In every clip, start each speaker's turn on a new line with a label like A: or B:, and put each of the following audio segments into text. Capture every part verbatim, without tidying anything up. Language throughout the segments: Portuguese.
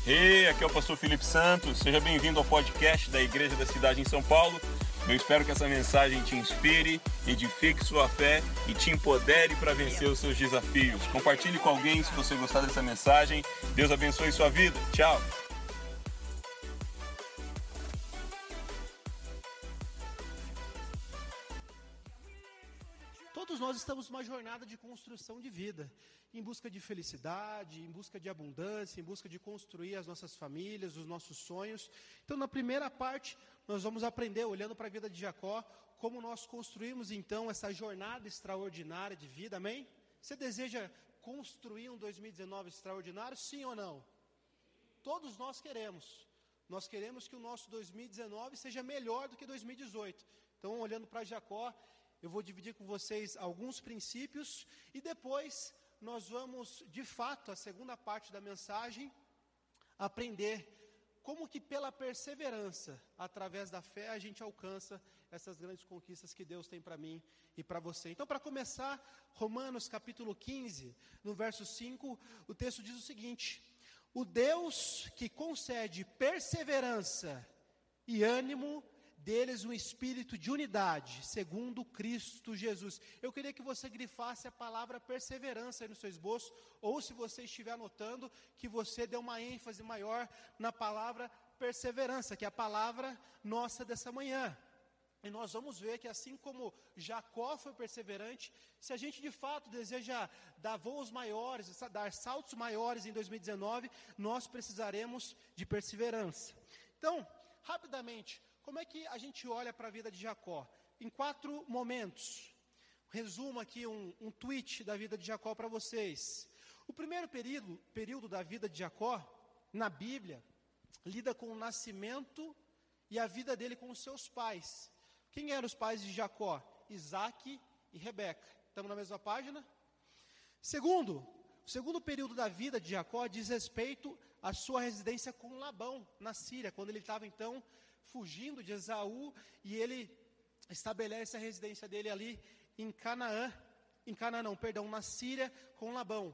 A: Hey, aqui é o pastor Felipe Santos, seja bem-vindo ao podcast da Igreja da Cidade em São Paulo. Eu espero que essa mensagem te inspire, edifique sua fé e te empodere para vencer os seus desafios. Compartilhe com alguém se você gostar dessa mensagem. Deus abençoe sua vida. Tchau!
B: Todos nós estamos numa jornada de construção de vida, em busca de felicidade, em busca de abundância, em busca de construir as nossas famílias, os nossos sonhos. Então, na primeira parte, nós vamos aprender, olhando para a vida de Jacó, como nós construímos, então, essa jornada extraordinária de vida, amém? Você deseja construir um dois mil e dezenove extraordinário, sim ou não? Todos nós queremos. Nós queremos que o nosso dois mil e dezenove seja melhor do que dois mil e dezoito. Então, olhando para Jacó, eu vou dividir com vocês alguns princípios e depois nós vamos, de fato, a segunda parte da mensagem, aprender como que pela perseverança, através da fé, a gente alcança essas grandes conquistas que Deus tem para mim e para você. Então, para começar, Romanos capítulo quinze, no verso cinco, o texto diz o seguinte: o Deus que concede perseverança e ânimo, deles um espírito de unidade, segundo Cristo Jesus. Eu queria que você grifasse a palavra perseverança aí no seu esboço, ou se você estiver anotando, que você dê uma ênfase maior na palavra perseverança, que é a palavra nossa dessa manhã. E nós vamos ver que assim como Jacó foi perseverante, se a gente de fato deseja dar voos maiores, dar saltos maiores em dois mil e dezenove, nós precisaremos de perseverança. Então, rapidamente, como é que a gente olha para a vida de Jacó? Em quatro momentos. Resumo aqui um, um tweet da vida de Jacó para vocês. O primeiro período, período da vida de Jacó, na Bíblia, lida com o nascimento e a vida dele com os seus pais. Quem eram os pais de Jacó? Isaac e Rebeca. Estamos na mesma página? Segundo, o segundo período da vida de Jacó diz respeito à sua residência com Labão, na Síria, quando ele estava então fugindo de Esaú, e ele estabelece a residência dele ali em Canaã, em Canaã não, perdão, na Síria com Labão.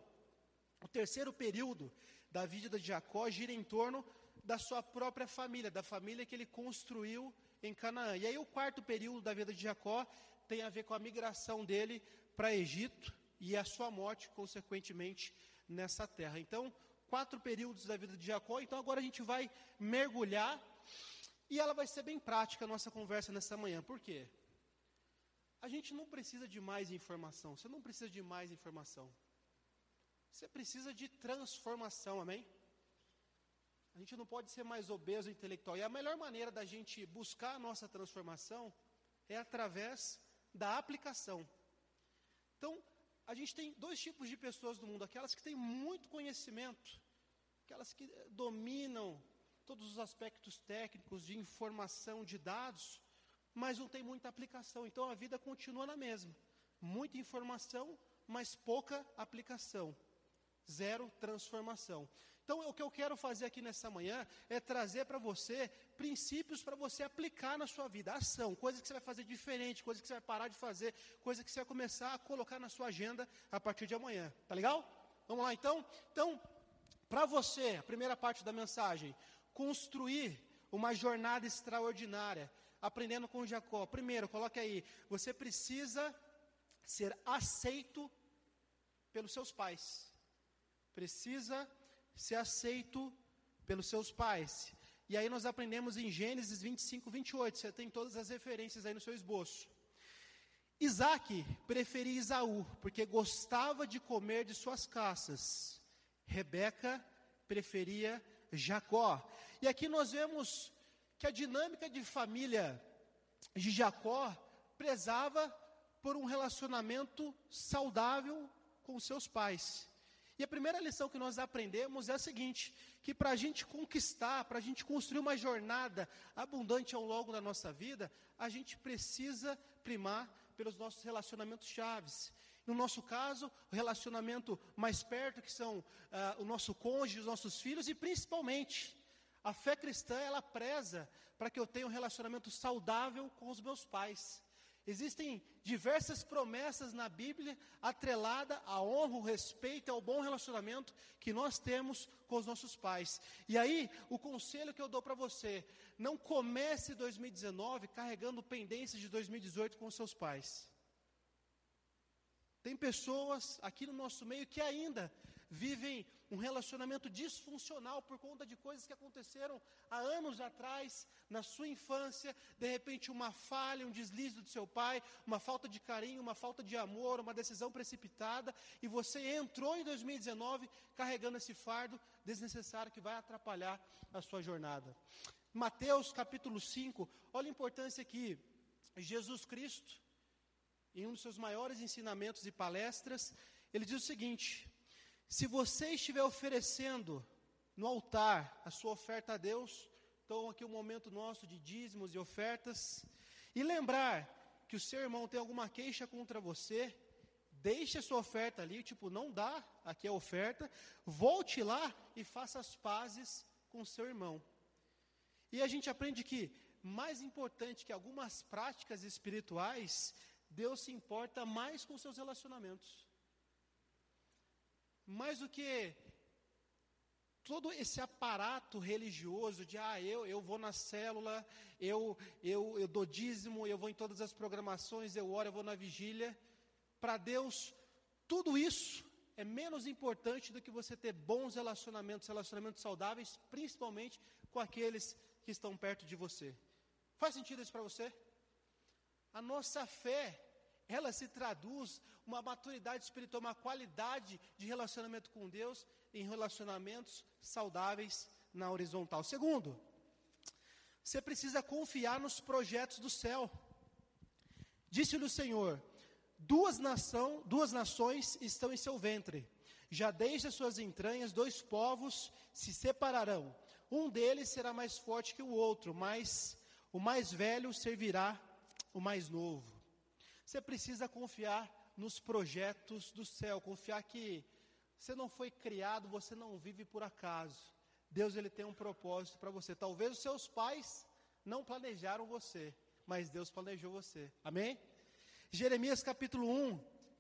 B: O terceiro período da vida de Jacó gira em torno da sua própria família, da família que ele construiu em Canaã. E aí o quarto período da vida de Jacó tem a ver com a migração dele para Egito e a sua morte, consequentemente, nessa terra. Então, quatro períodos da vida de Jacó. Então agora a gente vai mergulhar. E ela vai ser bem prática a nossa conversa nessa manhã. Por quê? A gente não precisa de mais informação. Você não precisa de mais informação. Você precisa de transformação, amém? A gente não pode ser mais obeso intelectual. E a melhor maneira da gente buscar a nossa transformação é através da aplicação. Então, a gente tem dois tipos de pessoas no mundo. Aquelas que têm muito conhecimento. Aquelas que dominam todos os aspectos técnicos de informação, de dados, mas não tem muita aplicação. Então a vida continua na mesma. Muita informação, mas pouca aplicação. Zero transformação. Então o que eu quero fazer aqui nessa manhã é trazer para você princípios para você aplicar na sua vida. Ação, coisa que você vai fazer diferente, coisa que você vai parar de fazer, coisa que você vai começar a colocar na sua agenda a partir de amanhã. Tá legal? Vamos lá então? Então, para você, a primeira parte da mensagem, construir uma jornada extraordinária, aprendendo com Jacó. Primeiro, coloque aí, você precisa ser aceito pelos seus pais. Precisa ser aceito pelos seus pais. E aí nós aprendemos em Gênesis vinte e cinco, vinte e oito, você tem todas as referências aí no seu esboço. Isaac preferia Esaú, porque gostava de comer de suas caças. Rebeca preferia Jacó. E aqui nós vemos que a dinâmica de família de Jacó prezava por um relacionamento saudável com seus pais. E a primeira lição que nós aprendemos é a seguinte, que para a gente conquistar, para a gente construir uma jornada abundante ao longo da nossa vida, a gente precisa primar pelos nossos relacionamentos chaves. No nosso caso, o relacionamento mais perto, que são uh, o nosso cônjuge, os nossos filhos, e principalmente, a fé cristã, ela preza para que eu tenha um relacionamento saudável com os meus pais. Existem diversas promessas na Bíblia atrelada à honra, ao respeito, ao bom relacionamento que nós temos com os nossos pais. E aí, o conselho que eu dou para você, não comece dois mil e dezenove carregando pendências de dois mil e dezoito com seus pais. Tem pessoas aqui no nosso meio que ainda vivem um relacionamento disfuncional por conta de coisas que aconteceram há anos atrás, na sua infância, de repente uma falha, um deslize do seu pai, uma falta de carinho, uma falta de amor, uma decisão precipitada, e você entrou em dois mil e dezenove carregando esse fardo desnecessário que vai atrapalhar a sua jornada. Mateus capítulo cinco, olha a importância aqui, Jesus Cristo, em um dos seus maiores ensinamentos e palestras, ele diz o seguinte: se você estiver oferecendo no altar a sua oferta a Deus, então aqui o momento nosso de dízimos e ofertas, e lembrar que o seu irmão tem alguma queixa contra você, deixe a sua oferta ali, tipo, não dá aqui a oferta, volte lá e faça as pazes com o seu irmão. E a gente aprende que, mais importante que algumas práticas espirituais, Deus se importa mais com seus relacionamentos. Mais do que todo esse aparato religioso de, ah, eu, eu vou na célula, eu, eu, eu dou dízimo, eu vou em todas as programações, eu oro, eu vou na vigília. Para Deus, tudo isso é menos importante do que você ter bons relacionamentos, relacionamentos saudáveis, principalmente com aqueles que estão perto de você. Faz sentido isso para você? A nossa fé, ela se traduz uma maturidade espiritual, uma qualidade de relacionamento com Deus em relacionamentos saudáveis na horizontal. Segundo, você precisa confiar nos projetos do céu. Disse-lhe o Senhor: duas, nação, duas nações estão em seu ventre, já desde as suas entranhas dois povos se separarão. Um deles será mais forte que o outro, mas o mais velho servirá o mais novo. Você precisa confiar nos projetos do céu, confiar que você não foi criado, você não vive por acaso. Deus, ele tem um propósito para você. Talvez os seus pais não planejaram você, mas Deus planejou você. Amém? Jeremias capítulo um.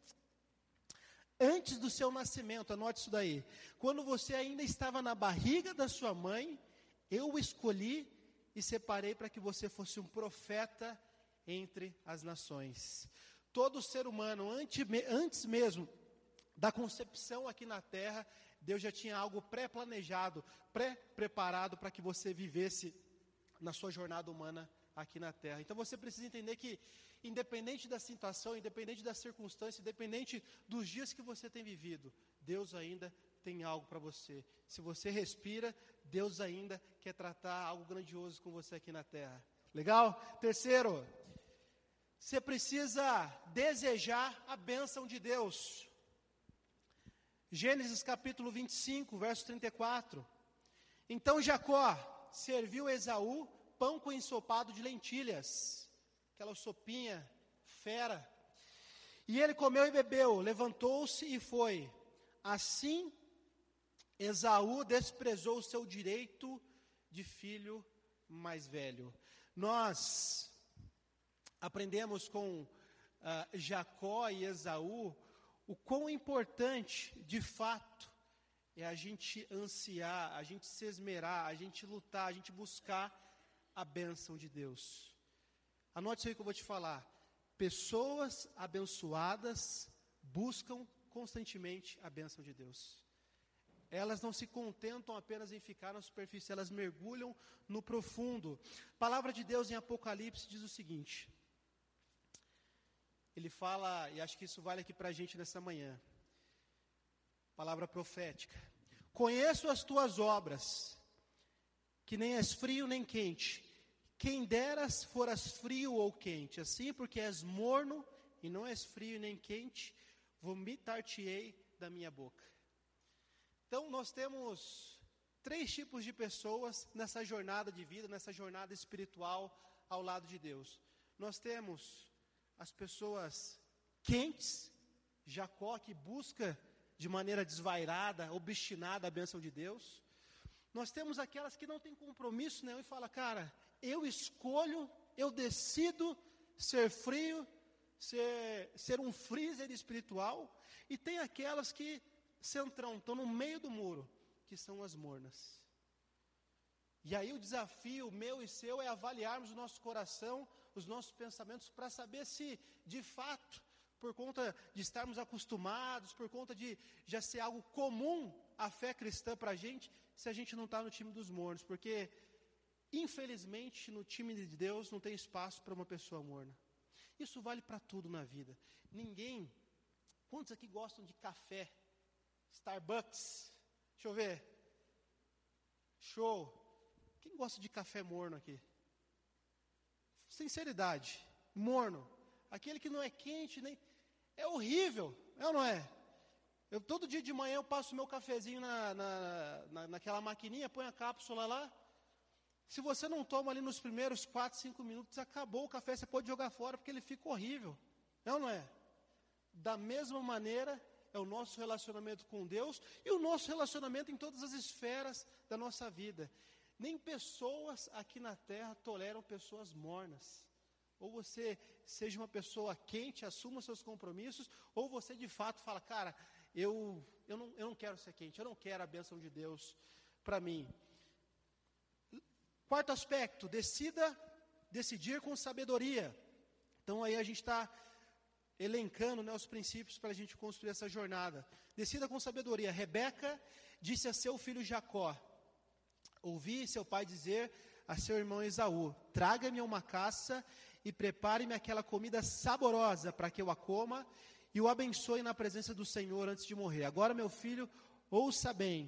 B: Antes do seu nascimento, anote isso daí. Quando você ainda estava na barriga da sua mãe, eu o escolhi e separei para que você fosse um profeta entre as nações. Todo ser humano, antes, antes mesmo da concepção aqui na terra, Deus já tinha algo pré-planejado, pré-preparado para que você vivesse na sua jornada humana aqui na terra. Então você precisa entender que, independente da situação, independente da circunstância, independente dos dias que você tem vivido, Deus ainda tem algo para você. Se você respira, Deus ainda quer tratar algo grandioso com você aqui na terra. Legal? Terceiro, você precisa desejar a bênção de Deus. Gênesis capítulo vinte e cinco, verso trinta e quatro. Então Jacó serviu Esaú pão com ensopado de lentilhas, aquela sopinha fera. E ele comeu e bebeu, levantou-se e foi. Assim, Esaú desprezou o seu direito de filho mais velho. Nós aprendemos com uh, Jacó e Esaú o quão importante, de fato, é a gente ansiar, a gente se esmerar, a gente lutar, a gente buscar a bênção de Deus. Anote isso aí que eu vou te falar. Pessoas abençoadas buscam constantemente a bênção de Deus. Elas não se contentam apenas em ficar na superfície, elas mergulham no profundo. A palavra de Deus em Apocalipse diz o seguinte. Ele fala, e acho que isso vale aqui para a gente nessa manhã. Palavra profética. Conheço as tuas obras, que nem és frio nem quente. Quem deras foras frio ou quente. Assim, porque és morno e não és frio nem quente, vomitar-te-ei da minha boca. Então, nós temos três tipos de pessoas nessa jornada de vida, nessa jornada espiritual ao lado de Deus. Nós temos as pessoas quentes, Jacó, que busca de maneira desvairada, obstinada a bênção de Deus. Nós temos aquelas que não têm compromisso nenhum e falam, cara, eu escolho, eu decido ser frio ser, ser um freezer espiritual, e tem aquelas que, centrão, estão no meio do muro, que são as mornas. E aí o desafio meu e seu é avaliarmos o nosso coração, os nossos pensamentos, para saber se, de fato, por conta de estarmos acostumados, por conta de já ser algo comum a fé cristã para a gente, se a gente não está no time dos mornos. Porque, infelizmente, no time de Deus não tem espaço para uma pessoa morna. Isso vale para tudo na vida. Ninguém, quantos aqui gostam de café? Starbucks? Deixa eu ver. Show. Quem gosta de café morno aqui? Sinceridade. Morno. Aquele que não é quente, nem... É horrível, é ou não é? Eu, todo dia de manhã eu passo meu cafezinho na, na, na, naquela maquininha, põe a cápsula lá. Se você não toma ali nos primeiros quatro, cinco minutos, acabou o café, você pode jogar fora, porque ele fica horrível. É ou não é? Da mesma maneira, é o nosso relacionamento com Deus e o nosso relacionamento em todas as esferas da nossa vida. Nem pessoas aqui na terra toleram pessoas mornas. Ou você seja uma pessoa quente, assuma seus compromissos, ou você de fato fala, cara, eu, eu, não, eu não quero ser quente, eu não quero a bênção de Deus para mim. Quarto aspecto, decida, decidir com sabedoria. Então aí a gente está elencando, né, os princípios para a gente construir essa jornada. Decida com sabedoria. Rebeca disse a seu filho Jacó, ouvi seu pai dizer a seu irmão Esaú, traga-me uma caça e prepare-me aquela comida saborosa para que eu a coma e o abençoe na presença do Senhor antes de morrer. Agora, meu filho, ouça bem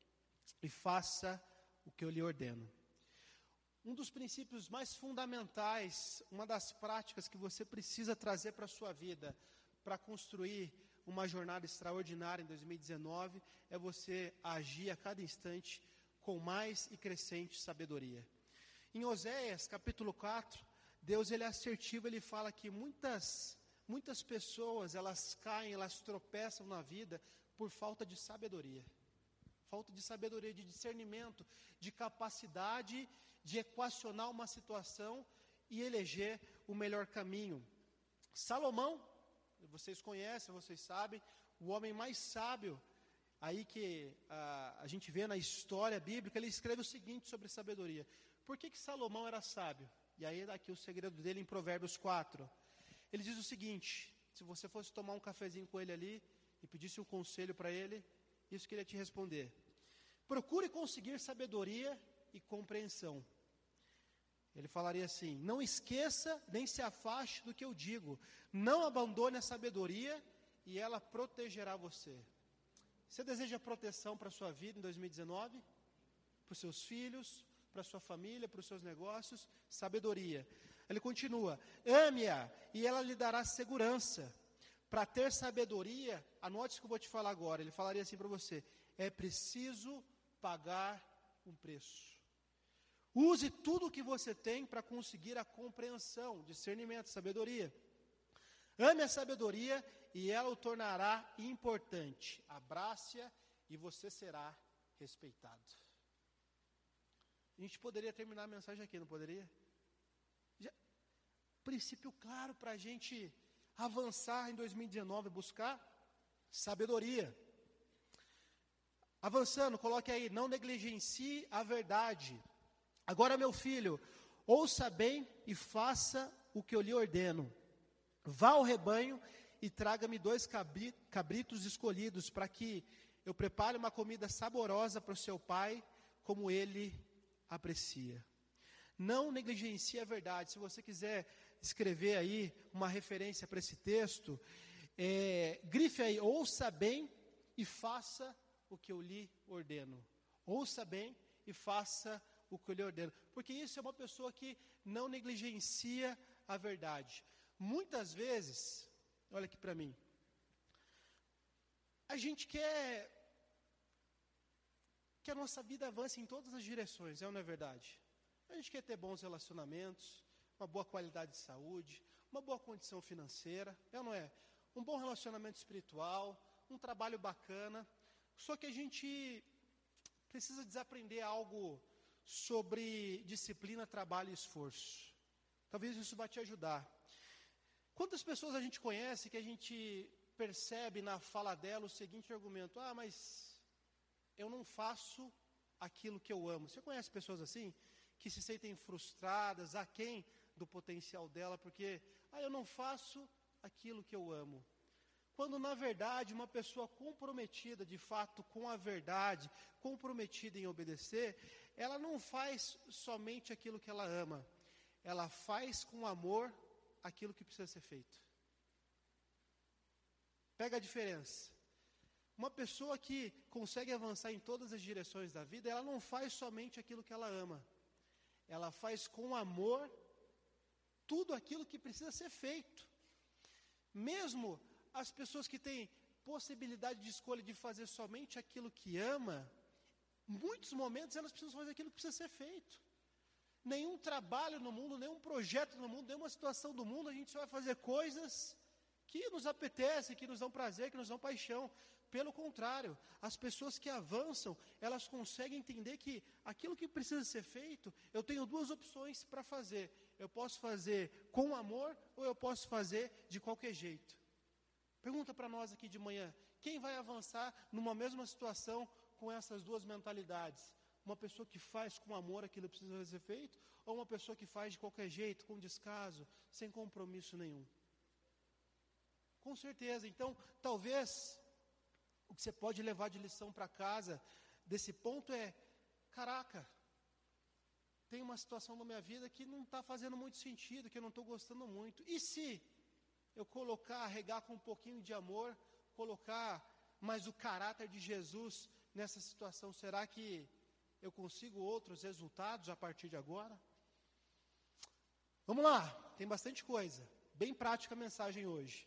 B: e faça o que eu lhe ordeno. Um dos princípios mais fundamentais, uma das práticas que você precisa trazer para a sua vida, para construir uma jornada extraordinária em dois mil e dezenove, é você agir a cada instante com mais e crescente sabedoria. Em Oséias, capítulo quatro, Deus ele é assertivo, ele fala que muitas, muitas pessoas, elas caem, elas tropeçam na vida por falta de sabedoria. Falta de sabedoria, de discernimento, de capacidade de equacionar uma situação e eleger o melhor caminho. Salomão, vocês conhecem, vocês sabem, o homem mais sábio, aí que a, a gente vê na história bíblica, ele escreve o seguinte sobre sabedoria. Por que que Salomão era sábio? E aí daqui o segredo dele em Provérbios quatro. Ele diz o seguinte, se você fosse tomar um cafezinho com ele ali e pedisse um conselho para ele, isso que ele ia te responder. Procure conseguir sabedoria e compreensão. Ele falaria assim, não esqueça nem se afaste do que eu digo. Não abandone a sabedoria e ela protegerá você. Você deseja proteção para a sua vida em dois mil e dezenove? Para os seus filhos, para a sua família, para os seus negócios? Sabedoria. Ele continua, ame-a e ela lhe dará segurança. Para ter sabedoria, anote isso que eu vou te falar agora. Ele falaria assim para você, é preciso pagar um preço. Use tudo o que você tem para conseguir a compreensão, discernimento, sabedoria. Ame a sabedoria e ela o tornará importante. Abrace-a e você será respeitado. A gente poderia terminar a mensagem aqui, não poderia? Já, princípio claro para a gente avançar em dois mil e dezenove, buscar sabedoria. Avançando, coloque aí, não negligencie a verdade. Agora, meu filho, ouça bem e faça o que eu lhe ordeno. Vá ao rebanho e traga-me dois cabritos escolhidos, para que eu prepare uma comida saborosa para o seu pai, como ele aprecia. Não negligencie a verdade. Se você quiser escrever aí uma referência para esse texto, é, grife aí, ouça bem e faça o que eu lhe ordeno. Ouça bem e faça o que eu lhe ordeno. Porque isso é uma pessoa que não negligencia a verdade. Muitas vezes, olha aqui para mim, a gente quer que a nossa vida avance em todas as direções, é ou não é verdade? A gente quer ter bons relacionamentos, uma boa qualidade de saúde, uma boa condição financeira, é ou não é? Um bom relacionamento espiritual, um trabalho bacana. Só que a gente precisa desaprender algo sobre disciplina, trabalho e esforço. Talvez isso vá te ajudar. Quantas pessoas a gente conhece que a gente percebe na fala dela o seguinte argumento: ah, mas eu não faço aquilo que eu amo. Você conhece pessoas assim? Que se sentem frustradas, aquém do potencial dela, porque, ah, eu não faço aquilo que eu amo. Quando, na verdade, uma pessoa comprometida, de fato, com a verdade, comprometida em obedecer, ela não faz somente aquilo que ela ama. Ela faz com amor aquilo que precisa ser feito. Pega a diferença. Uma pessoa que consegue avançar em todas as direções da vida, ela não faz somente aquilo que ela ama. Ela faz com amor tudo aquilo que precisa ser feito. Mesmo as pessoas que têm possibilidade de escolha de fazer somente aquilo que ama, em muitos momentos elas precisam fazer aquilo que precisa ser feito. Nenhum trabalho no mundo, nenhum projeto no mundo, nenhuma situação do mundo, a gente só vai fazer coisas que nos apetecem, que nos dão prazer, que nos dão paixão. Pelo contrário, as pessoas que avançam, elas conseguem entender que aquilo que precisa ser feito, eu tenho duas opções para fazer. Eu posso fazer com amor ou eu posso fazer de qualquer jeito. Pergunta para nós aqui de manhã: quem vai avançar numa mesma situação com essas duas mentalidades? Uma pessoa que faz com amor aquilo que precisa ser feito, ou uma pessoa que faz de qualquer jeito, com descaso, sem compromisso nenhum? Com certeza. Então, talvez o que você pode levar de lição para casa desse ponto é: caraca, tem uma situação na minha vida que não está fazendo muito sentido, que eu não estou gostando muito. E se eu colocar, regar com um pouquinho de amor, colocar mais o caráter de Jesus nessa situação, será que eu consigo outros resultados a partir de agora? Vamos lá, tem bastante coisa. Bem prática a mensagem hoje.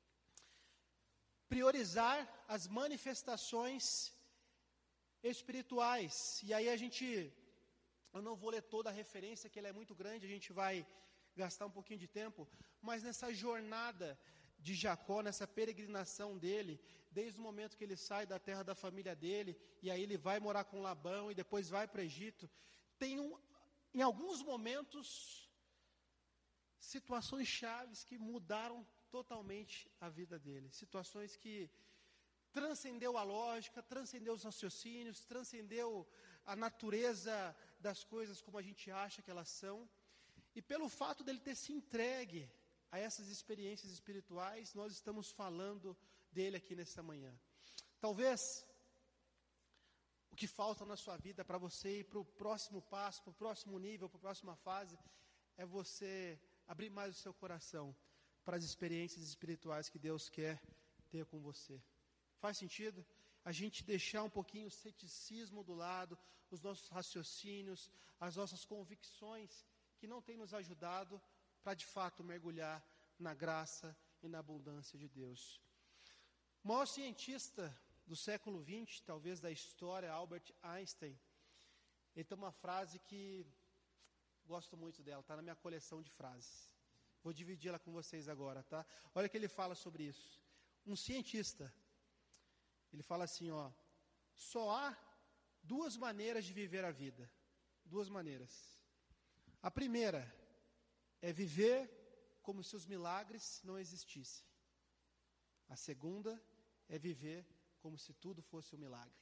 B: Priorizar as manifestações espirituais. E aí a gente, eu não vou ler toda a referência, que ela é muito grande, a gente vai gastar um pouquinho de tempo, mas nessa jornada de Jacó, nessa peregrinação dele, desde o momento que ele sai da terra da família dele, e aí ele vai morar com Labão, e depois vai para o Egito, tem um, em alguns momentos, situações chaves que mudaram totalmente a vida dele, situações que transcendeu a lógica, transcendeu os raciocínios, transcendeu a natureza das coisas como a gente acha que elas são, e pelo fato dele ter se entregue a essas experiências espirituais, nós estamos falando dele aqui nessa manhã. Talvez o que falta na sua vida para você ir para o próximo passo, para o próximo nível, para a próxima fase, é você abrir mais o seu coração para as experiências espirituais que Deus quer ter com você. Faz sentido? A gente deixar um pouquinho o ceticismo do lado, os nossos raciocínios, as nossas convicções que não têm nos ajudado para de fato mergulhar na graça e na abundância de Deus. O maior cientista do século vinte, talvez da história, Albert Einstein, ele tem uma frase que gosto muito dela, está na minha coleção de frases. Vou dividi-la com vocês agora, tá? Olha o que ele fala sobre isso. Um cientista, ele fala assim, ó, só há duas maneiras de viver a vida. Duas maneiras. A primeira é viver como se os milagres não existissem. A segunda é viver como se tudo fosse um milagre.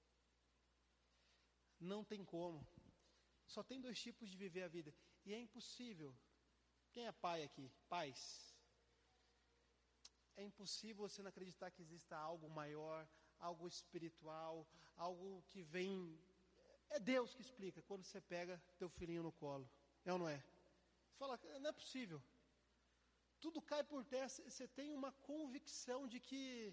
B: Não tem como. Só tem dois tipos de viver a vida. E é impossível. Quem é pai aqui? Pais. É impossível você não acreditar que exista algo maior, algo espiritual, algo que vem... É Deus que explica quando você pega teu filhinho no colo. É ou não é? Você fala, não é possível. Tudo cai por terra, você tem uma convicção de que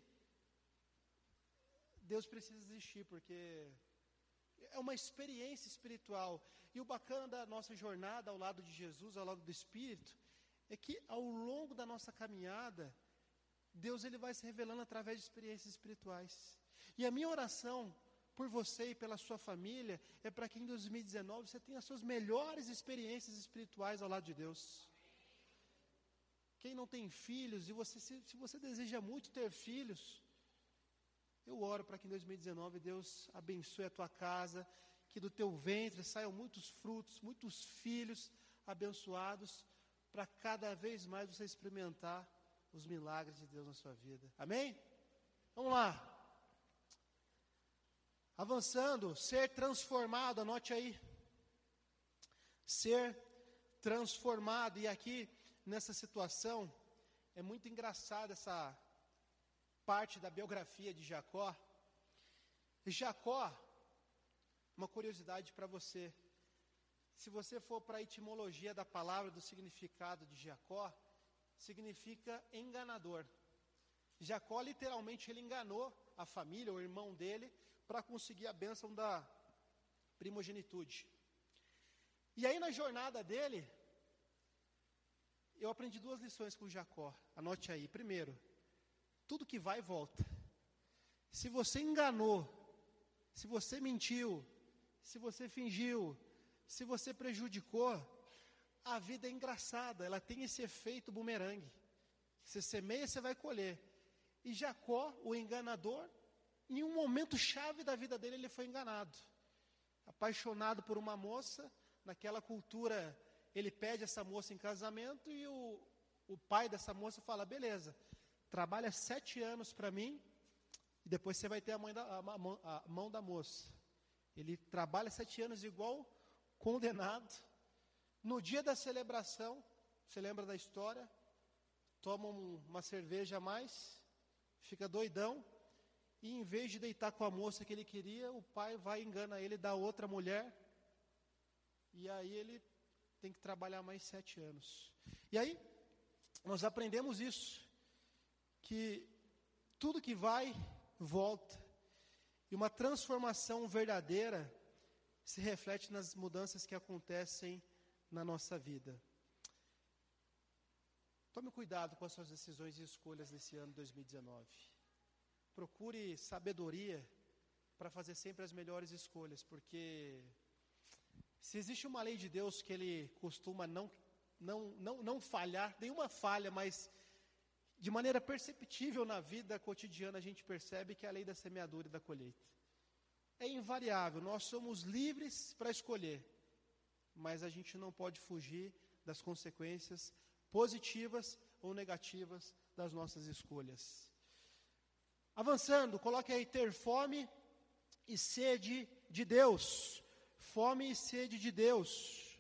B: Deus precisa existir, porque é uma experiência espiritual. E o bacana da nossa jornada ao lado de Jesus, ao lado do Espírito, é que ao longo da nossa caminhada, Deus ele vai se revelando através de experiências espirituais. E a minha oração por você e pela sua família é para que em dois mil e dezenove você tenha as suas melhores experiências espirituais ao lado de Deus. Quem não tem filhos, e você, se, se você deseja muito ter filhos, eu oro para que em dois mil e dezenove Deus abençoe a tua casa, que do teu ventre saiam muitos frutos, muitos filhos abençoados, para cada vez mais você experimentar os milagres de Deus na sua vida. Amém? Vamos lá. Avançando, ser transformado, anote aí. Ser transformado. E aqui, nessa situação, é muito engraçada essa parte da biografia de Jacó. Jacó, uma curiosidade para você. Se você for para a etimologia da palavra, do significado de Jacó, significa enganador. Jacó, literalmente, ele enganou a família, o irmão dele, para conseguir a bênção da primogenitude. E aí, na jornada dele, eu aprendi duas lições com Jacó. Anote aí. Primeiro, tudo que vai, volta. Se você enganou, se você mentiu, se você fingiu, se você prejudicou, a vida é engraçada, ela tem esse efeito bumerangue. Você semeia, você vai colher. E Jacó, o enganador, em um momento chave da vida dele, ele foi enganado. Apaixonado por uma moça, naquela cultura, ele pede essa moça em casamento e o, o pai dessa moça fala, beleza, trabalha sete anos para mim e depois você vai ter a, mãe da, a, a, a mão da moça. Ele trabalha sete anos igual condenado. No dia da celebração, você lembra da história? Toma um, uma cerveja a mais, fica doidão, e em vez de deitar com a moça que ele queria, o pai vai e engana ele, dá outra mulher, e aí ele tem que trabalhar mais sete anos. E aí, nós aprendemos isso, que tudo que vai, volta, e uma transformação verdadeira se reflete nas mudanças que acontecem na nossa vida. Tome cuidado com as suas decisões e escolhas nesse ano dois mil e dezenove. Procure sabedoria para fazer sempre as melhores escolhas, porque se existe uma lei de Deus que Ele costuma não, não, não, não falhar, nenhuma falha, mas de maneira perceptível na vida cotidiana a gente percebe que é a lei da semeadura e da colheita. É invariável, nós somos livres para escolher, mas a gente não pode fugir das consequências positivas ou negativas das nossas escolhas. Avançando, coloque aí ter fome e sede de Deus. Fome e sede de Deus.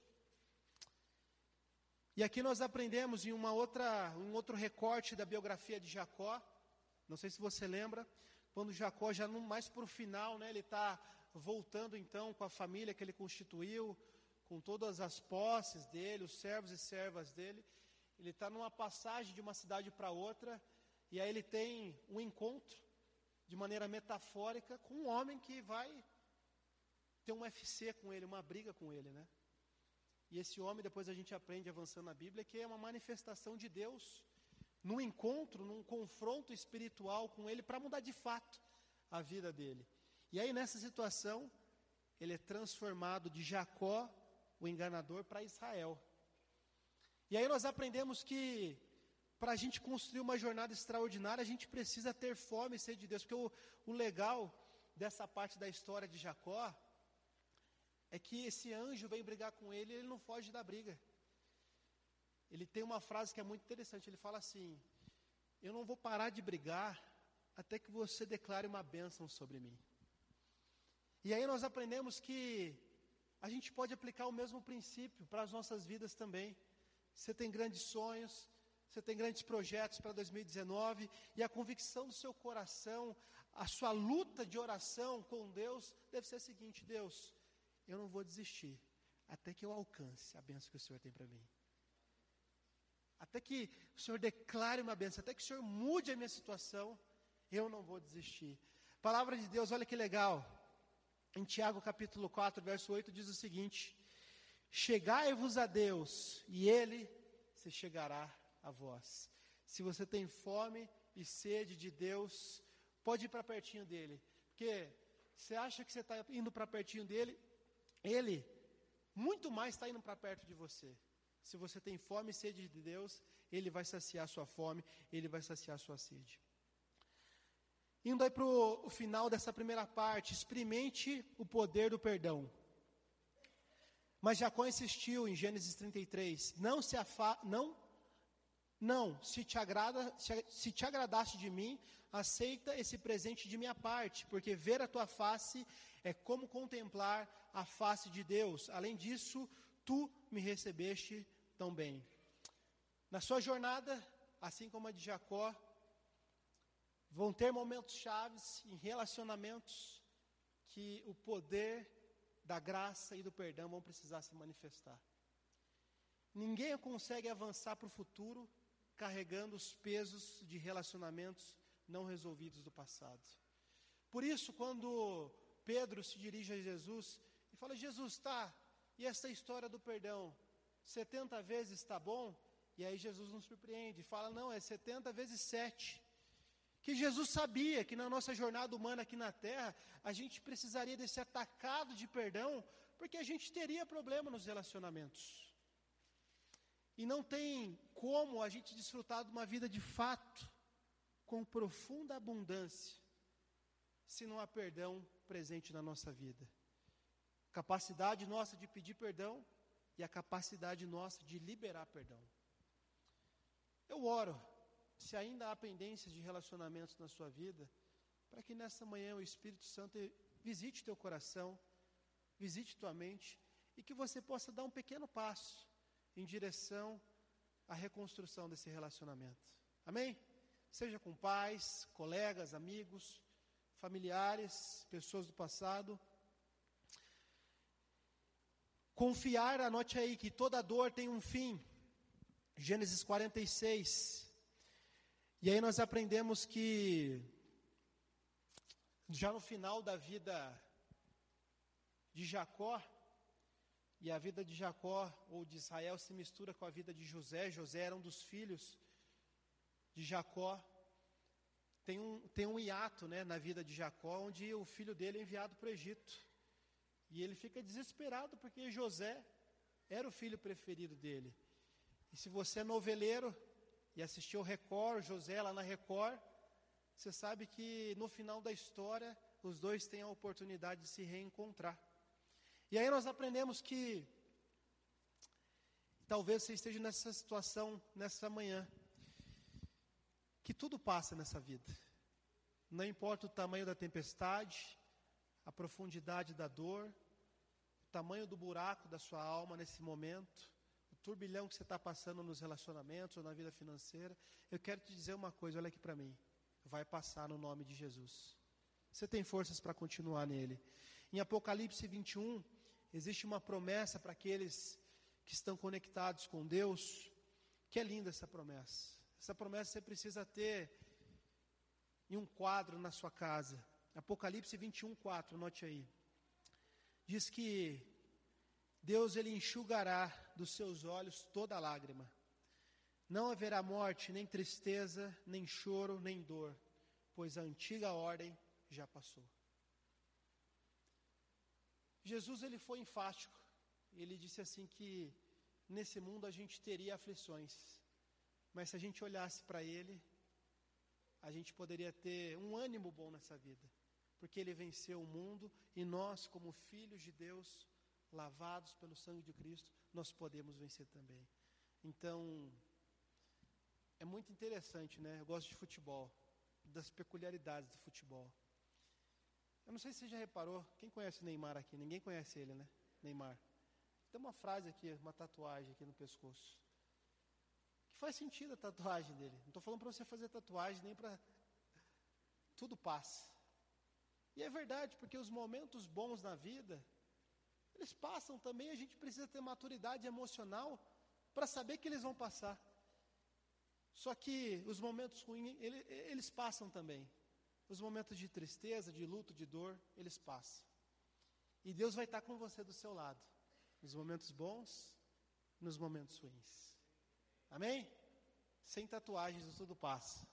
B: E aqui nós aprendemos em uma outra, um outro recorte da biografia de Jacó. Não sei se você lembra, quando Jacó já no, mais para o final, né, ele está voltando então com a família que ele constituiu, com todas as posses dele, os servos e servas dele. Ele está numa passagem de uma cidade para outra, e aí ele tem um encontro, de maneira metafórica, com um homem que vai ter um F C com ele, uma briga com ele, né? E esse homem, depois a gente aprende avançando na Bíblia, que é uma manifestação de Deus, num encontro, num confronto espiritual com ele, para mudar de fato a vida dele. E aí nessa situação, ele é transformado de Jacó, o enganador, para Israel. E aí nós aprendemos que para a gente construir uma jornada extraordinária, a gente precisa ter fome e sede de Deus. Porque o, o legal dessa parte da história de Jacó é que esse anjo vem brigar com ele e ele não foge da briga. Ele tem uma frase que é muito interessante, ele fala assim, eu não vou parar de brigar até que você declare uma bênção sobre mim. E aí nós aprendemos que a gente pode aplicar o mesmo princípio para as nossas vidas também. Você tem grandes sonhos, você tem grandes projetos para dois mil e dezenove, e a convicção do seu coração, a sua luta de oração com Deus, deve ser a seguinte, Deus, eu não vou desistir, até que eu alcance a bênção que o Senhor tem para mim. Até que o Senhor declare uma bênção, até que o Senhor mude a minha situação, eu não vou desistir. Palavra de Deus, olha que legal. Em Tiago capítulo quatro, verso oito, diz o seguinte, chegai-vos a Deus, e Ele se chegará a vós. Se você tem fome e sede de Deus, pode ir para pertinho dEle. Porque você acha que você está indo para pertinho dEle, Ele muito mais está indo para perto de você. Se você tem fome e sede de Deus, Ele vai saciar a sua fome, Ele vai saciar a sua sede. Indo aí para o final dessa primeira parte, experimente o poder do perdão. Mas Jacó insistiu em Gênesis trinta e três, não se afa, não, não, se te agrada, se, se te agradaste de mim, aceita esse presente de minha parte, porque ver a tua face é como contemplar a face de Deus. Além disso, tu me recebeste tão bem. Na sua jornada, assim como a de Jacó, vão ter momentos chaves em relacionamentos que o poder da graça e do perdão vão precisar se manifestar. Ninguém consegue avançar para o futuro carregando os pesos de relacionamentos não resolvidos do passado. Por isso, quando Pedro se dirige a Jesus e fala: Jesus, tá, e essa história do perdão, setenta vezes está bom? E aí Jesus nos surpreende, fala: não, é setenta vezes sete. Que Jesus sabia que na nossa jornada humana aqui na Terra, a gente precisaria desse atacado de perdão, porque a gente teria problema nos relacionamentos. E não tem como a gente desfrutar de uma vida de fato, com profunda abundância, se não há perdão presente na nossa vida. Capacidade nossa de pedir perdão e a capacidade nossa de liberar perdão. Eu oro, se ainda há pendências de relacionamentos na sua vida, para que nessa manhã o Espírito Santo visite teu coração, visite tua mente, e que você possa dar um pequeno passo em direção à reconstrução desse relacionamento. Amém? Seja com pais, colegas, amigos, familiares, pessoas do passado. Confiar, anote aí, que toda dor tem um fim. Gênesis quarenta e seis. E aí nós aprendemos que já no final da vida de Jacó, e a vida de Jacó ou de Israel se mistura com a vida de José. José era um dos filhos de Jacó. Tem um, tem um hiato, né, na vida de Jacó, onde o filho dele é enviado para o Egito. E ele fica desesperado porque José era o filho preferido dele. E se você é noveleiro e assistiu Record, José lá na Record, você sabe que no final da história os dois têm a oportunidade de se reencontrar. E aí nós aprendemos que talvez você esteja nessa situação nessa manhã, que tudo passa nessa vida. Não importa o tamanho da tempestade, a profundidade da dor, o tamanho do buraco da sua alma nesse momento, o turbilhão que você está passando nos relacionamentos ou na vida financeira, eu quero te dizer uma coisa, olha aqui para mim, vai passar no nome de Jesus. Você tem forças para continuar nele. Em Apocalipse vinte e um, existe uma promessa para aqueles que estão conectados com Deus, que é linda essa promessa. Essa promessa você precisa ter em um quadro na sua casa. Apocalipse vinte e um, quatro, note aí. Diz que Deus ele enxugará dos seus olhos toda lágrima. Não haverá morte, nem tristeza, nem choro, nem dor, pois a antiga ordem já passou. Jesus ele foi enfático. Ele disse assim que nesse mundo a gente teria aflições, mas se a gente olhasse para ele, a gente poderia ter um ânimo bom nessa vida, porque ele venceu o mundo e nós, como filhos de Deus, lavados pelo sangue de Cristo, nós podemos vencer também. Então, é muito interessante, né? Eu gosto de futebol, das peculiaridades do futebol. Eu não sei se você já reparou, quem conhece o Neymar aqui? Ninguém conhece ele, né? Neymar. Tem uma frase aqui, uma tatuagem aqui no pescoço, que faz sentido a tatuagem dele. Não estou falando para você fazer tatuagem, nem para... Tudo passa. E é verdade, porque os momentos bons na vida, eles passam também, a gente precisa ter maturidade emocional para saber que eles vão passar. Só que os momentos ruins, ele, eles passam também. Os momentos de tristeza, de luto, de dor, eles passam. E Deus vai estar com você do seu lado, nos momentos bons, nos momentos ruins. Amém? Sem tatuagens, tudo passa.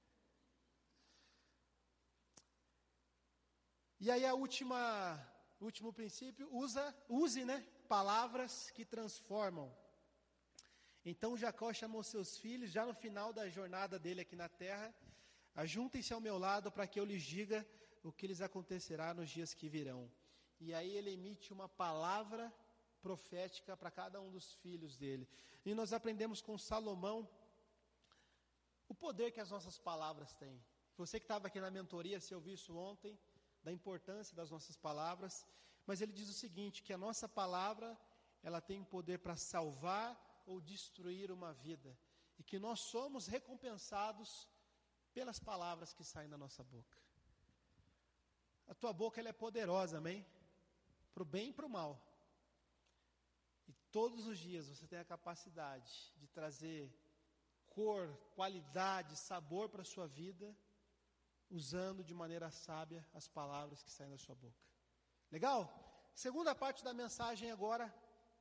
B: E aí a última, o último princípio, usa, use, né, palavras que transformam. Então Jacó chamou seus filhos, já no final da jornada dele aqui na terra, ajuntem-se ao meu lado para que eu lhes diga o que lhes acontecerá nos dias que virão. E aí ele emite uma palavra profética para cada um dos filhos dele. E nós aprendemos com Salomão o poder que as nossas palavras têm. Você que estava aqui na mentoria, você ouviu isso ontem, da importância das nossas palavras, mas ele diz o seguinte, que a nossa palavra, ela tem poder para salvar ou destruir uma vida, e que nós somos recompensados pelas palavras que saem da nossa boca. A tua boca, ela é poderosa, amém? Para o bem e para o mal. E todos os dias você tem a capacidade de trazer cor, qualidade, sabor para a sua vida, usando de maneira sábia as palavras que saem da sua boca. Legal? Segunda parte da mensagem agora.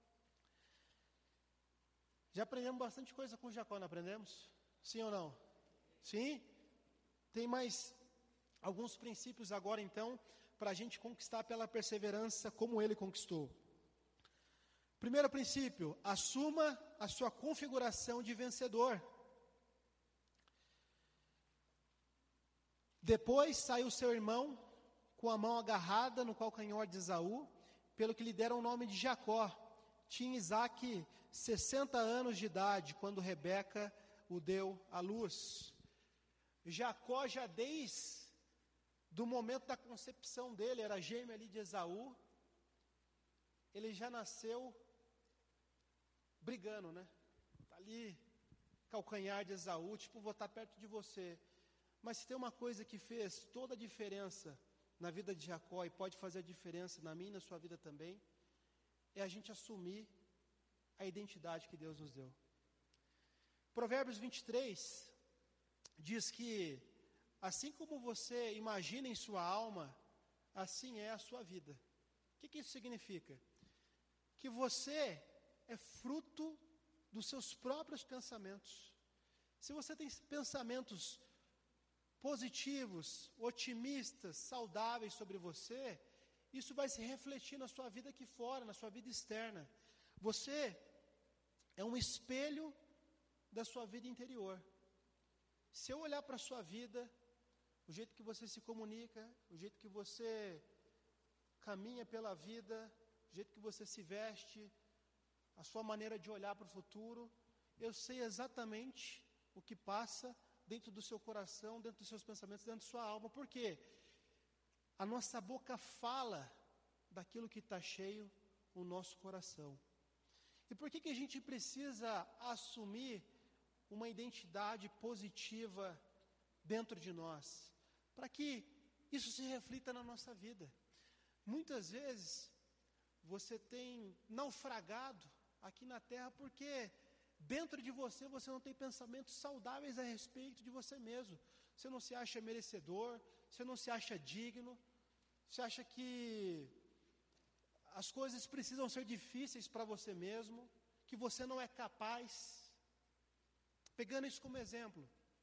B: Já aprendemos bastante coisa com Jacó, não aprendemos? Sim ou não? Sim? Tem mais alguns princípios agora então, para a gente conquistar pela perseverança como ele conquistou. Primeiro princípio, assuma a sua configuração de vencedor. Depois saiu seu irmão com a mão agarrada no calcanhar de Esaú, pelo que lhe deram o nome de Jacó. Tinha Isaque sessenta anos de idade, quando Rebeca o deu à luz. Jacó, já desde do momento da concepção dele, era gêmeo ali de Esaú, ele já nasceu brigando, né? Tá ali, calcanhar de Esaú, tipo, vou estar perto de você. Mas se tem uma coisa que fez toda a diferença na vida de Jacó, e pode fazer a diferença na minha e na sua vida também, é a gente assumir a identidade que Deus nos deu. Provérbios vinte e três diz que, assim como você imagina em sua alma, assim é a sua vida. O que, que isso significa? Que você é fruto dos seus próprios pensamentos. Se você tem pensamentos positivos, otimistas, saudáveis sobre você, isso vai se refletir na sua vida aqui fora, na sua vida externa. Você é um espelho da sua vida interior. Se eu olhar para a sua vida, o jeito que você se comunica, o jeito que você caminha pela vida, o jeito que você se veste, a sua maneira de olhar para o futuro, eu sei exatamente o que passa dentro do seu coração, dentro dos seus pensamentos, dentro da sua alma. Por quê? A nossa boca fala daquilo que está cheio o nosso coração. E por que que a gente precisa assumir uma identidade positiva dentro de nós? Para que isso se reflita na nossa vida. Muitas vezes você tem naufragado aqui na terra porque dentro de você você não tem pensamentos saudáveis a respeito de você mesmo. Você não se acha merecedor, você não se acha digno, você acha que as coisas precisam ser difíceis para você mesmo, que você não é capaz. Pegando isso como exemplo,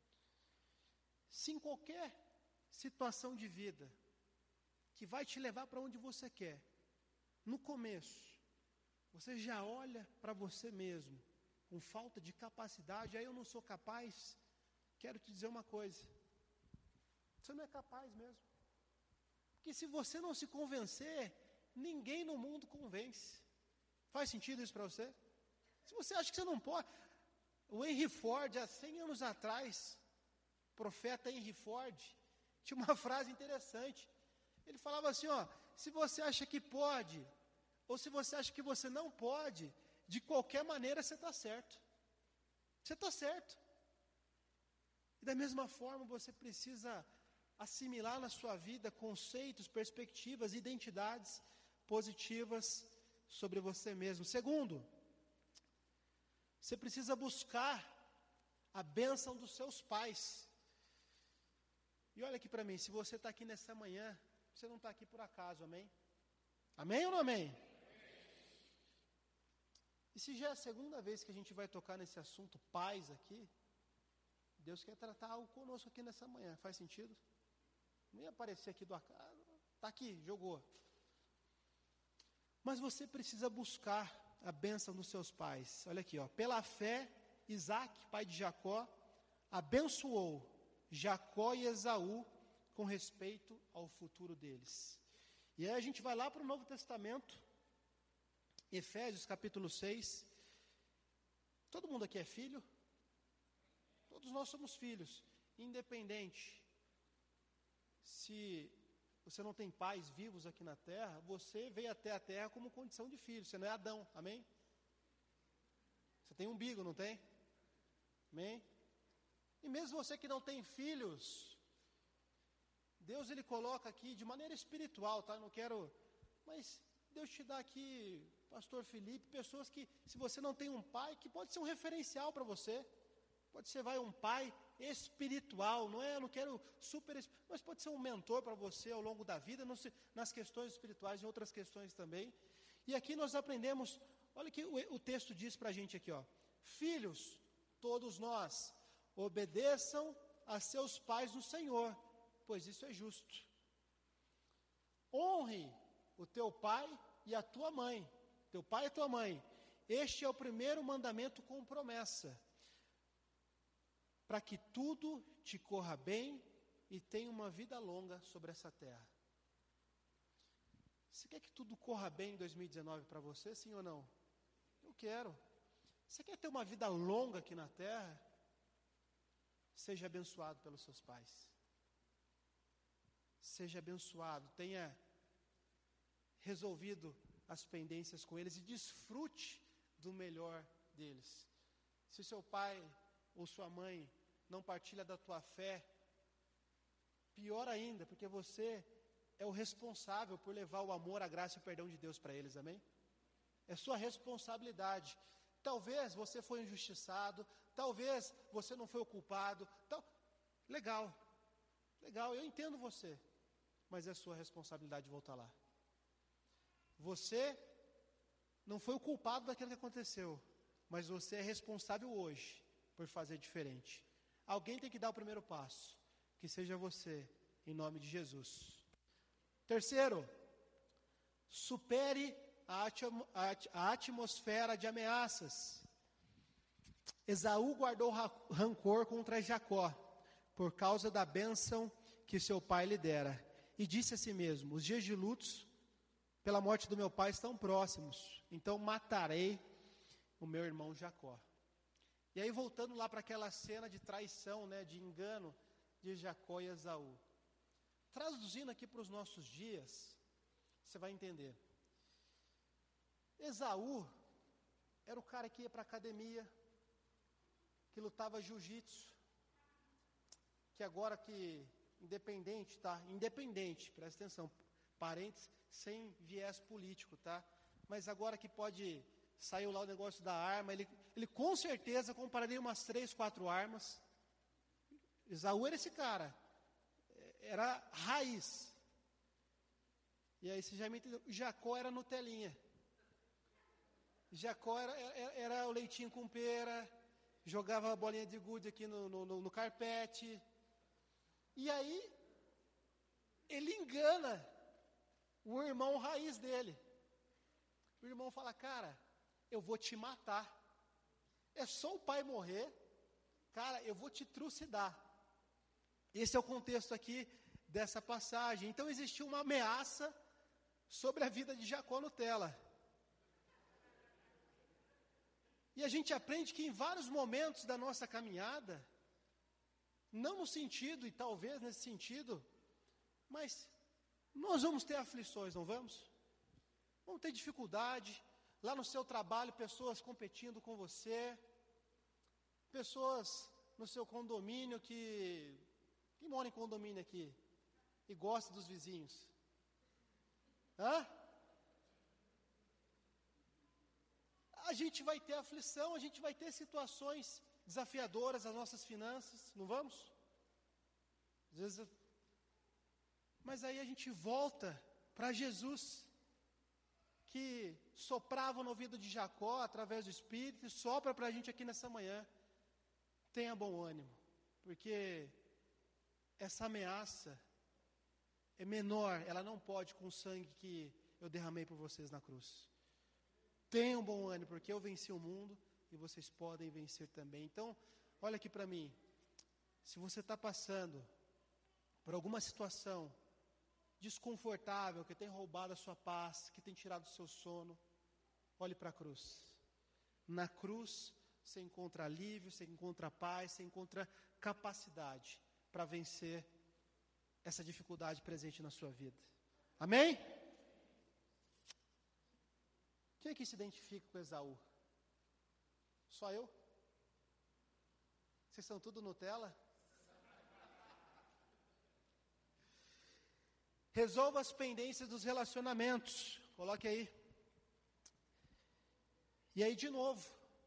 B: se em qualquer situação de vida que vai te levar para onde você quer, no começo, você já olha para você mesmo com falta de capacidade, aí eu não sou capaz, quero te dizer uma coisa, você não é capaz mesmo. Porque se você não se convencer, ninguém no mundo convence. Faz sentido isso para você? Se você acha que você não pode... O Henry Ford, há cem anos atrás, o profeta Henry Ford, tinha uma frase interessante. Ele falava assim, ó, se você acha que pode, ou se você acha que você não pode, de qualquer maneira você está certo. Você está certo. E da mesma forma você precisa assimilar na sua vida conceitos, perspectivas, identidades positivas sobre você mesmo. Segundo, você precisa buscar a bênção dos seus pais. E olha aqui para mim, se você está aqui nessa manhã, você não está aqui por acaso, amém? Amém ou não amém? E se já é a segunda vez que a gente vai tocar nesse assunto pais aqui, Deus quer tratar algo conosco aqui nessa manhã, faz sentido? Não ia aparecer aqui do acaso, está aqui, jogou. Mas você precisa buscar a bênção dos seus pais. Olha aqui, ó. Pela fé, Isaque, pai de Jacó, abençoou Jacó e Esaú com respeito ao futuro deles. E aí a gente vai lá para o Novo Testamento, Efésios capítulo seis. Todo mundo aqui é filho? Todos nós somos filhos, independente se você não tem pais vivos aqui na terra, você veio até a terra como condição de filho, você não é Adão, amém? Você tem umbigo, não tem? Amém? E mesmo você que não tem filhos, Deus ele coloca aqui de maneira espiritual, tá? Eu não quero, mas Deus te dá aqui, pastor Felipe, pessoas que, se você não tem um pai, que pode ser um referencial para você, pode ser, vai, um pai espiritual, não é, eu não quero super, mas pode ser um mentor para você ao longo da vida, não se, nas questões espirituais e outras questões também. E aqui nós aprendemos, olha o que o, o texto diz para a gente aqui, ó, filhos, todos nós, obedeçam a seus pais no Senhor, pois isso é justo. Honre o teu pai e a tua mãe, teu pai e a tua mãe, este é o primeiro mandamento com promessa, para que tudo te corra bem e tenha uma vida longa sobre essa terra. Você quer que tudo corra bem em dois mil e dezenove para você, sim ou não? Eu quero. Você quer ter uma vida longa aqui na terra? Seja abençoado pelos seus pais. Seja abençoado, tenha resolvido as pendências com eles e desfrute do melhor deles. Se seu pai ou sua mãe não partilha da tua fé, pior ainda, porque você é o responsável por levar o amor, a graça e o perdão de Deus para eles, amém? É sua responsabilidade. Talvez você foi injustiçado, talvez você não foi o culpado, tal. Legal, legal, eu entendo você, mas é sua responsabilidade voltar lá. Você não foi o culpado daquilo que aconteceu, mas você é responsável hoje por fazer diferente. Alguém tem que dar o primeiro passo, que seja você, em nome de Jesus. Terceiro, supere a, atmo, a, a atmosfera de ameaças. Esaú guardou rancor contra Jacó, por causa da bênção que seu pai lhe dera, e disse a si mesmo, os dias de lutos pela morte do meu pai estão próximos, então matarei o meu irmão Jacó. E aí voltando lá para aquela cena de traição, né, de engano de Jacó e Esaú. Traduzindo aqui para os nossos dias, você vai entender. Esaú era o cara que ia para a academia, que lutava jiu-jitsu, que agora que, independente, tá? Independente, presta atenção, parênteses, sem viés político, tá? Mas agora que pode, saiu lá o negócio da arma, ele, ele com certeza compraria umas três, quatro armas. Esaú era esse cara, era raiz. E aí você já me entendeu, Jacó era Nutelinha. Jacó era, era, era o leitinho com pera, jogava a bolinha de gude aqui no, no, no carpete. E aí, ele engana o irmão raiz dele. O irmão fala, cara, eu vou te matar. É só o pai morrer, cara, eu vou te trucidar. Esse é o contexto aqui dessa passagem. Então existiu uma ameaça sobre a vida de Jacó Nutella. E a gente aprende que em vários momentos da nossa caminhada, não no sentido, e talvez nesse sentido, mas nós vamos ter aflições, não vamos? Vamos ter dificuldade, lá no seu trabalho, pessoas competindo com você, pessoas no seu condomínio que... Quem mora em condomínio aqui e gosta dos vizinhos? Hã? A gente vai ter aflição, a gente vai ter situações desafiadoras às nossas finanças, não vamos? Às vezes, mas aí a gente volta para Jesus, que soprava no ouvido de Jacó através do Espírito, e sopra para a gente aqui nessa manhã. Tenha bom ânimo, porque essa ameaça é menor, ela não pode com o sangue que eu derramei por vocês na cruz. Tenham bom ânimo, porque eu venci o mundo e vocês podem vencer também. Então, olha aqui para mim, se você está passando por alguma situação desconfortável, que tem roubado a sua paz, que tem tirado o seu sono, Olhe para a cruz. Na cruz você encontra alívio, você encontra paz, você encontra capacidade para vencer essa dificuldade presente na sua vida. Amém? Quem aqui se identifica com Esaú? Só eu? Vocês são tudo Nutella? Resolva as pendências dos relacionamentos. Coloque aí. E aí, de novo,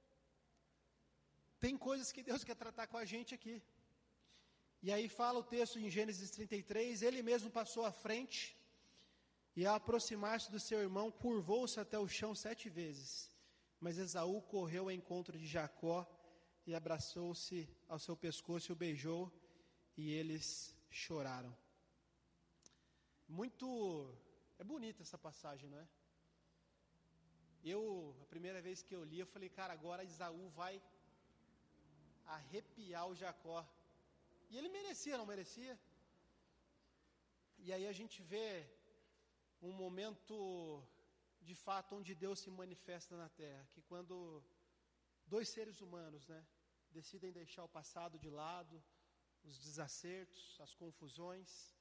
B: tem coisas que Deus quer tratar com a gente aqui. E aí fala o texto em Gênesis trinta e três, ele mesmo passou à frente, e ao aproximar-se do seu irmão, curvou-se até o chão sete vezes. Mas Esaú correu ao encontro de Jacó, e abraçou-se ao seu pescoço e o beijou, e eles choraram. Muito, é bonita essa passagem, não é? Eu, a primeira vez que eu li, eu falei, cara, agora Esaú vai arrepiar o Jacó. E ele merecia, não merecia? E aí a gente vê um momento, de fato, onde Deus se manifesta na terra. Que quando dois seres humanos, né, decidem deixar o passado de lado, os desacertos, as confusões,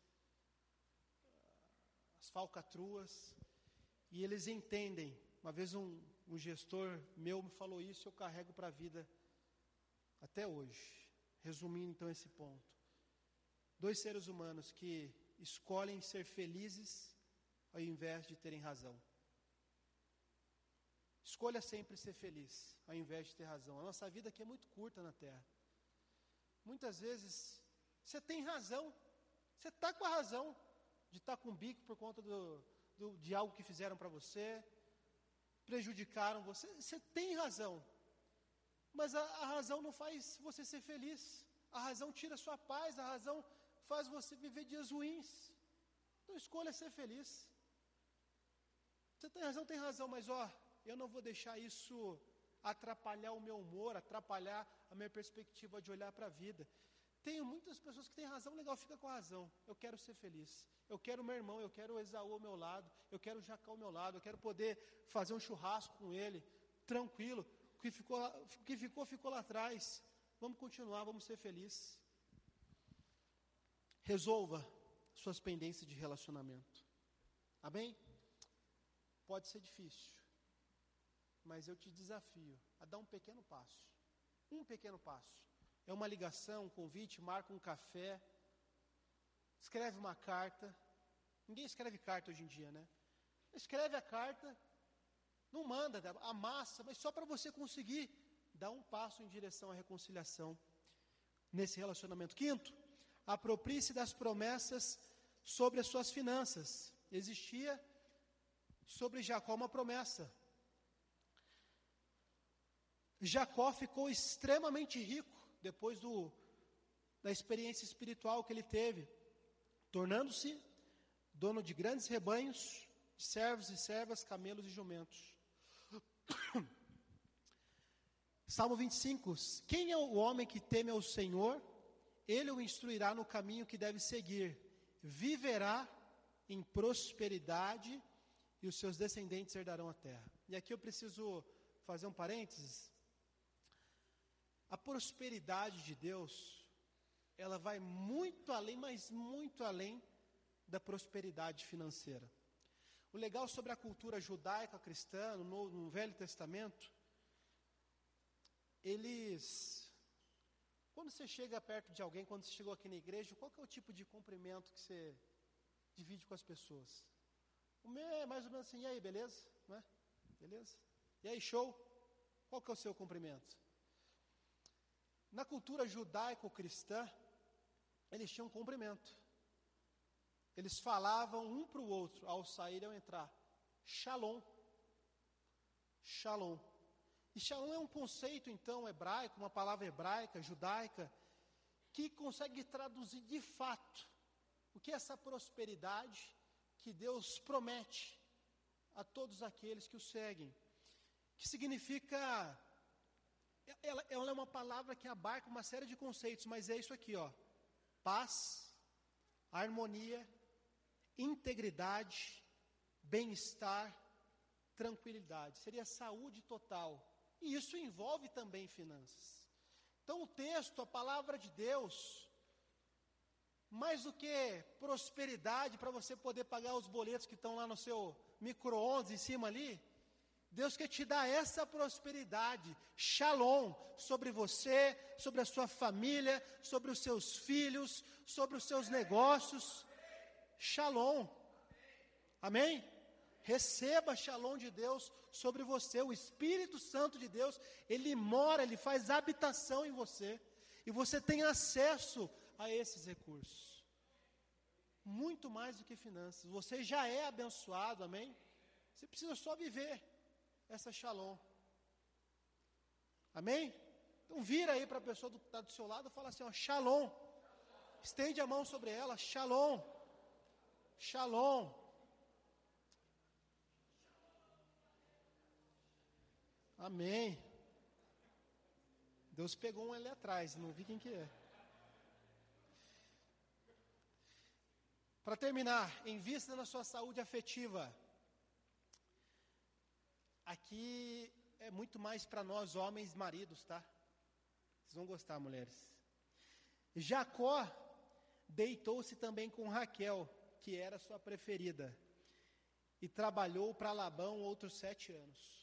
B: as falcatruas, e eles entendem. Uma vez um, um gestor meu me falou isso, eu carrego para a vida até hoje. Resumindo então esse ponto. Dois seres humanos que escolhem ser felizes ao invés de terem razão. Escolha sempre ser feliz ao invés de ter razão. A nossa vida aqui é muito curta na Terra. Muitas vezes você tem razão, você está com a razão de estar com o bico por conta do, do, de algo que fizeram para você, prejudicaram você, você tem razão, mas a, a razão não faz você ser feliz, a razão tira a sua paz, a razão faz você viver dias ruins. Então escolha ser feliz. Você tem razão, tem razão, mas ó, eu não vou deixar isso atrapalhar o meu humor, atrapalhar a minha perspectiva de olhar para a vida. Tenho muitas pessoas que têm razão, legal, fica com a razão. Eu quero ser feliz. Eu quero meu irmão, eu quero o Esaú ao meu lado, eu quero o Jacó ao meu lado, eu quero poder fazer um churrasco com ele, tranquilo. O que ficou, o que ficou, ficou lá atrás. Vamos continuar, vamos ser felizes. Resolva suas pendências de relacionamento. Amém? Pode ser difícil, mas eu te desafio a dar um pequeno passo. Um pequeno passo. É uma ligação, um convite, marca um café, escreve uma carta. Ninguém escreve carta hoje em dia, né? Escreve a carta, não manda, amassa, mas só para você conseguir dar um passo em direção à reconciliação nesse relacionamento. Quinto, aproprie-se das promessas sobre as suas finanças. Existia sobre Jacó uma promessa. Jacó ficou extremamente rico depois do, da experiência espiritual que ele teve, tornando-se dono de grandes rebanhos, de servos e servas, camelos e jumentos. Salmo vinte e cinco, quem é o homem que teme ao Senhor? Ele o instruirá no caminho que deve seguir, viverá em prosperidade e os seus descendentes herdarão a terra. E aqui eu preciso fazer um parênteses. A prosperidade de Deus, ela vai muito além, mas muito além da prosperidade financeira. O legal sobre a cultura judaica cristã, no, no Velho Testamento, eles, quando você chega perto de alguém, quando você chegou aqui na igreja, qual que é o tipo de cumprimento que você divide com as pessoas? O meu é mais ou menos assim, e aí, beleza? Não é? Beleza? E aí, show? Qual que é o seu cumprimento? Na cultura judaico-cristã, eles tinham um cumprimento. Eles falavam um para o outro, ao sair e ao entrar. Shalom. Shalom. E shalom é um conceito, então, hebraico, uma palavra hebraica, judaica, que consegue traduzir de fato o que é essa prosperidade que Deus promete a todos aqueles que o seguem. Que significa, ela, ela é uma palavra que abarca uma série de conceitos, mas é isso aqui, ó. Paz, harmonia, integridade, bem-estar, tranquilidade, seria saúde total. E isso envolve também finanças. Então o texto, a palavra de Deus, mais do que prosperidade para você poder pagar os boletos que estão lá no seu micro-ondas em cima ali, Deus quer te dar essa prosperidade, shalom, sobre você, sobre a sua família, sobre os seus filhos, sobre os seus negócios, shalom, amém? Receba shalom de Deus sobre você, o Espírito Santo de Deus, Ele mora, Ele faz habitação em você, e você tem acesso a esses recursos, muito mais do que finanças, você já é abençoado, amém? Você precisa só viver essa shalom, amém? Então vira aí para a pessoa que está do seu lado e fala assim, ó, shalom, estende a mão sobre ela, shalom, shalom, amém. Deus pegou um ali atrás, não vi quem que é. Para terminar, invista na sua saúde afetiva. Aqui é muito mais para nós homens maridos, tá? Vocês vão gostar, mulheres. Jacó deitou-se também com Raquel, que era sua preferida, e trabalhou para Labão outros sete anos.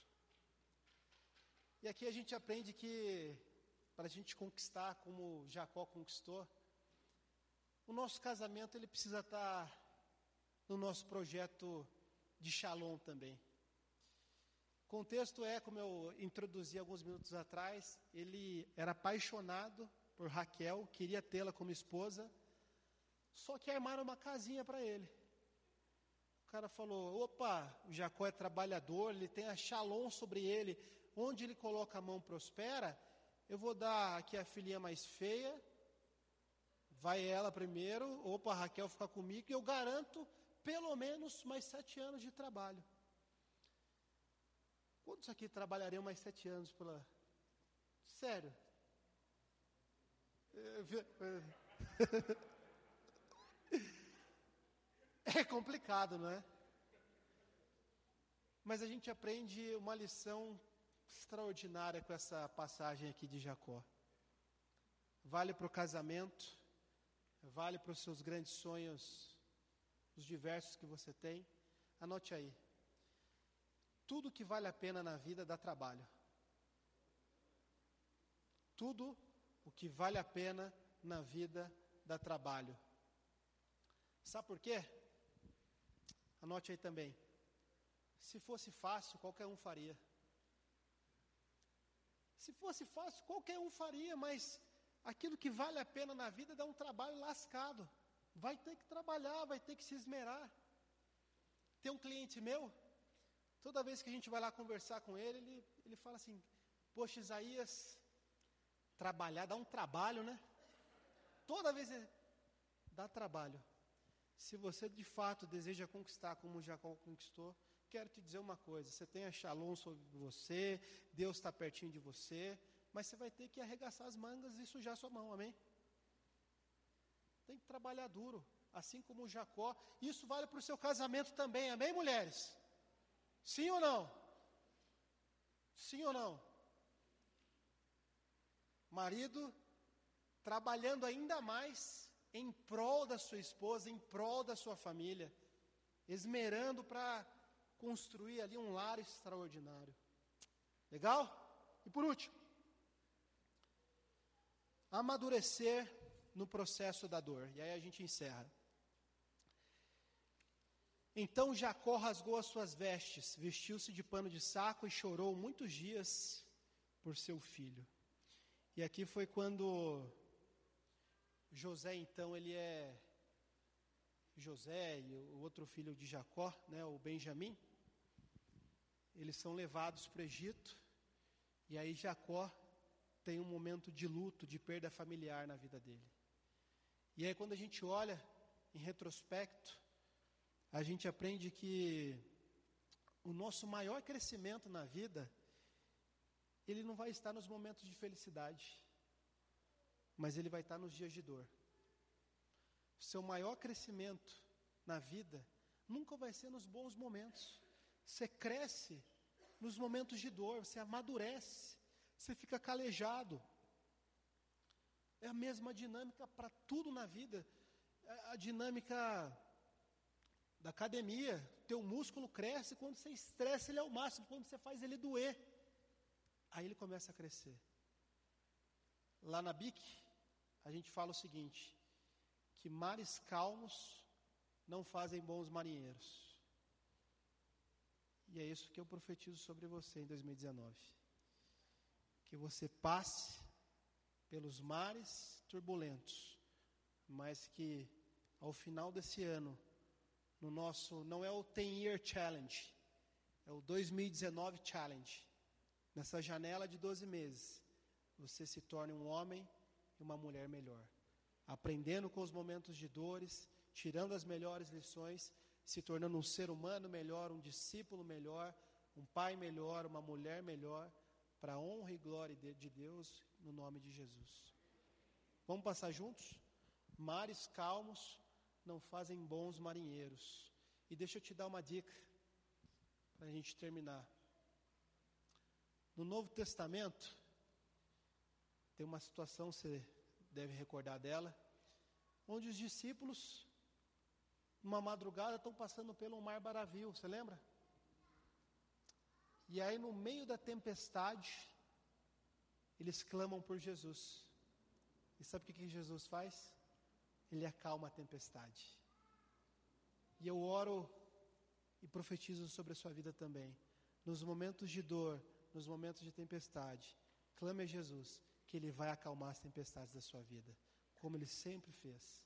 B: E aqui a gente aprende que, para a gente conquistar como Jacó conquistou, o nosso casamento ele precisa estar no nosso projeto de shalom também. O contexto é, como eu introduzi alguns minutos atrás, ele era apaixonado por Raquel, queria tê-la como esposa, só que armaram uma casinha para ele. O cara falou, opa, o Jacó é trabalhador, ele tem a shalom sobre ele, onde ele coloca a mão prospera, eu vou dar aqui a filhinha mais feia, vai ela primeiro, opa, a Raquel fica comigo, e eu garanto pelo menos mais sete anos de trabalho. Quantos aqui trabalhariam mais sete anos pela... Sério? É complicado, não é? Mas a gente aprende uma lição extraordinária com essa passagem aqui de Jacó. Vale para o casamento, vale para os seus grandes sonhos, os diversos que você tem. Anote aí. Tudo que vale a pena na vida dá trabalho. Tudo o que vale a pena na vida dá trabalho. Sabe por quê? Anote aí também. Se fosse fácil, qualquer um faria. Se fosse fácil, qualquer um faria, mas aquilo que vale a pena na vida dá um trabalho lascado. Vai ter que trabalhar, vai ter que se esmerar. Tem um cliente meu, toda vez que a gente vai lá conversar com ele, ele, ele fala assim, poxa, Isaías, trabalhar dá um trabalho, né? Toda vez ele dá trabalho. Se você de fato deseja conquistar como Jacó conquistou, quero te dizer uma coisa, você tem a shalom sobre você, Deus está pertinho de você, mas você vai ter que arregaçar as mangas e sujar sua mão, amém? Tem que trabalhar duro, assim como Jacó. Isso vale para o seu casamento também, amém, mulheres? Sim ou não? Sim ou não? Marido, trabalhando ainda mais em prol da sua esposa, em prol da sua família, esmerando para construir ali um lar extraordinário. Legal? E por último, amadurecer no processo da dor. E aí a gente encerra. Então Jacó rasgou as suas vestes, vestiu-se de pano de saco e chorou muitos dias por seu filho. E aqui foi quando José, então, ele é José e o outro filho de Jacó, né, o Benjamim, eles são levados para o Egito, e aí Jacó tem um momento de luto, de perda familiar na vida dele. E aí quando a gente olha em retrospecto, a gente aprende que o nosso maior crescimento na vida, ele não vai estar nos momentos de felicidade, mas ele vai estar nos dias de dor. O seu maior crescimento na vida nunca vai ser nos bons momentos. Você cresce nos momentos de dor, você amadurece, você fica calejado. É a mesma dinâmica para tudo na vida. A dinâmica da academia, teu músculo cresce, quando você estressa ele é o máximo, quando você faz ele doer, aí ele começa a crescer. Lá na B I C, a gente fala o seguinte, que mares calmos não fazem bons marinheiros. E é isso que eu profetizo sobre você em dois mil e dezenove. Que você passe pelos mares turbulentos, mas que ao final desse ano, no nosso, não é o ten year challenge, é o dois mil e dezenove challenge, nessa janela de doze meses, você se torne um homem e uma mulher melhor, aprendendo com os momentos de dores, tirando as melhores lições, se tornando um ser humano melhor, um discípulo melhor, um pai melhor, uma mulher melhor, para a honra e glória de Deus, no nome de Jesus. Vamos passar juntos? Mares calmos não fazem bons marinheiros. E deixa eu te dar uma dica, para a gente terminar. No Novo Testamento, tem uma situação, você deve recordar dela, onde os discípulos, numa madrugada, estão passando pelo mar Baravio, você lembra? E aí, no meio da tempestade, eles clamam por Jesus. E sabe o que, que Jesus faz? Ele acalma a tempestade. E eu oro e profetizo sobre a sua vida também. Nos momentos de dor, nos momentos de tempestade, clame a Jesus, que Ele vai acalmar as tempestades da sua vida, como Ele sempre fez.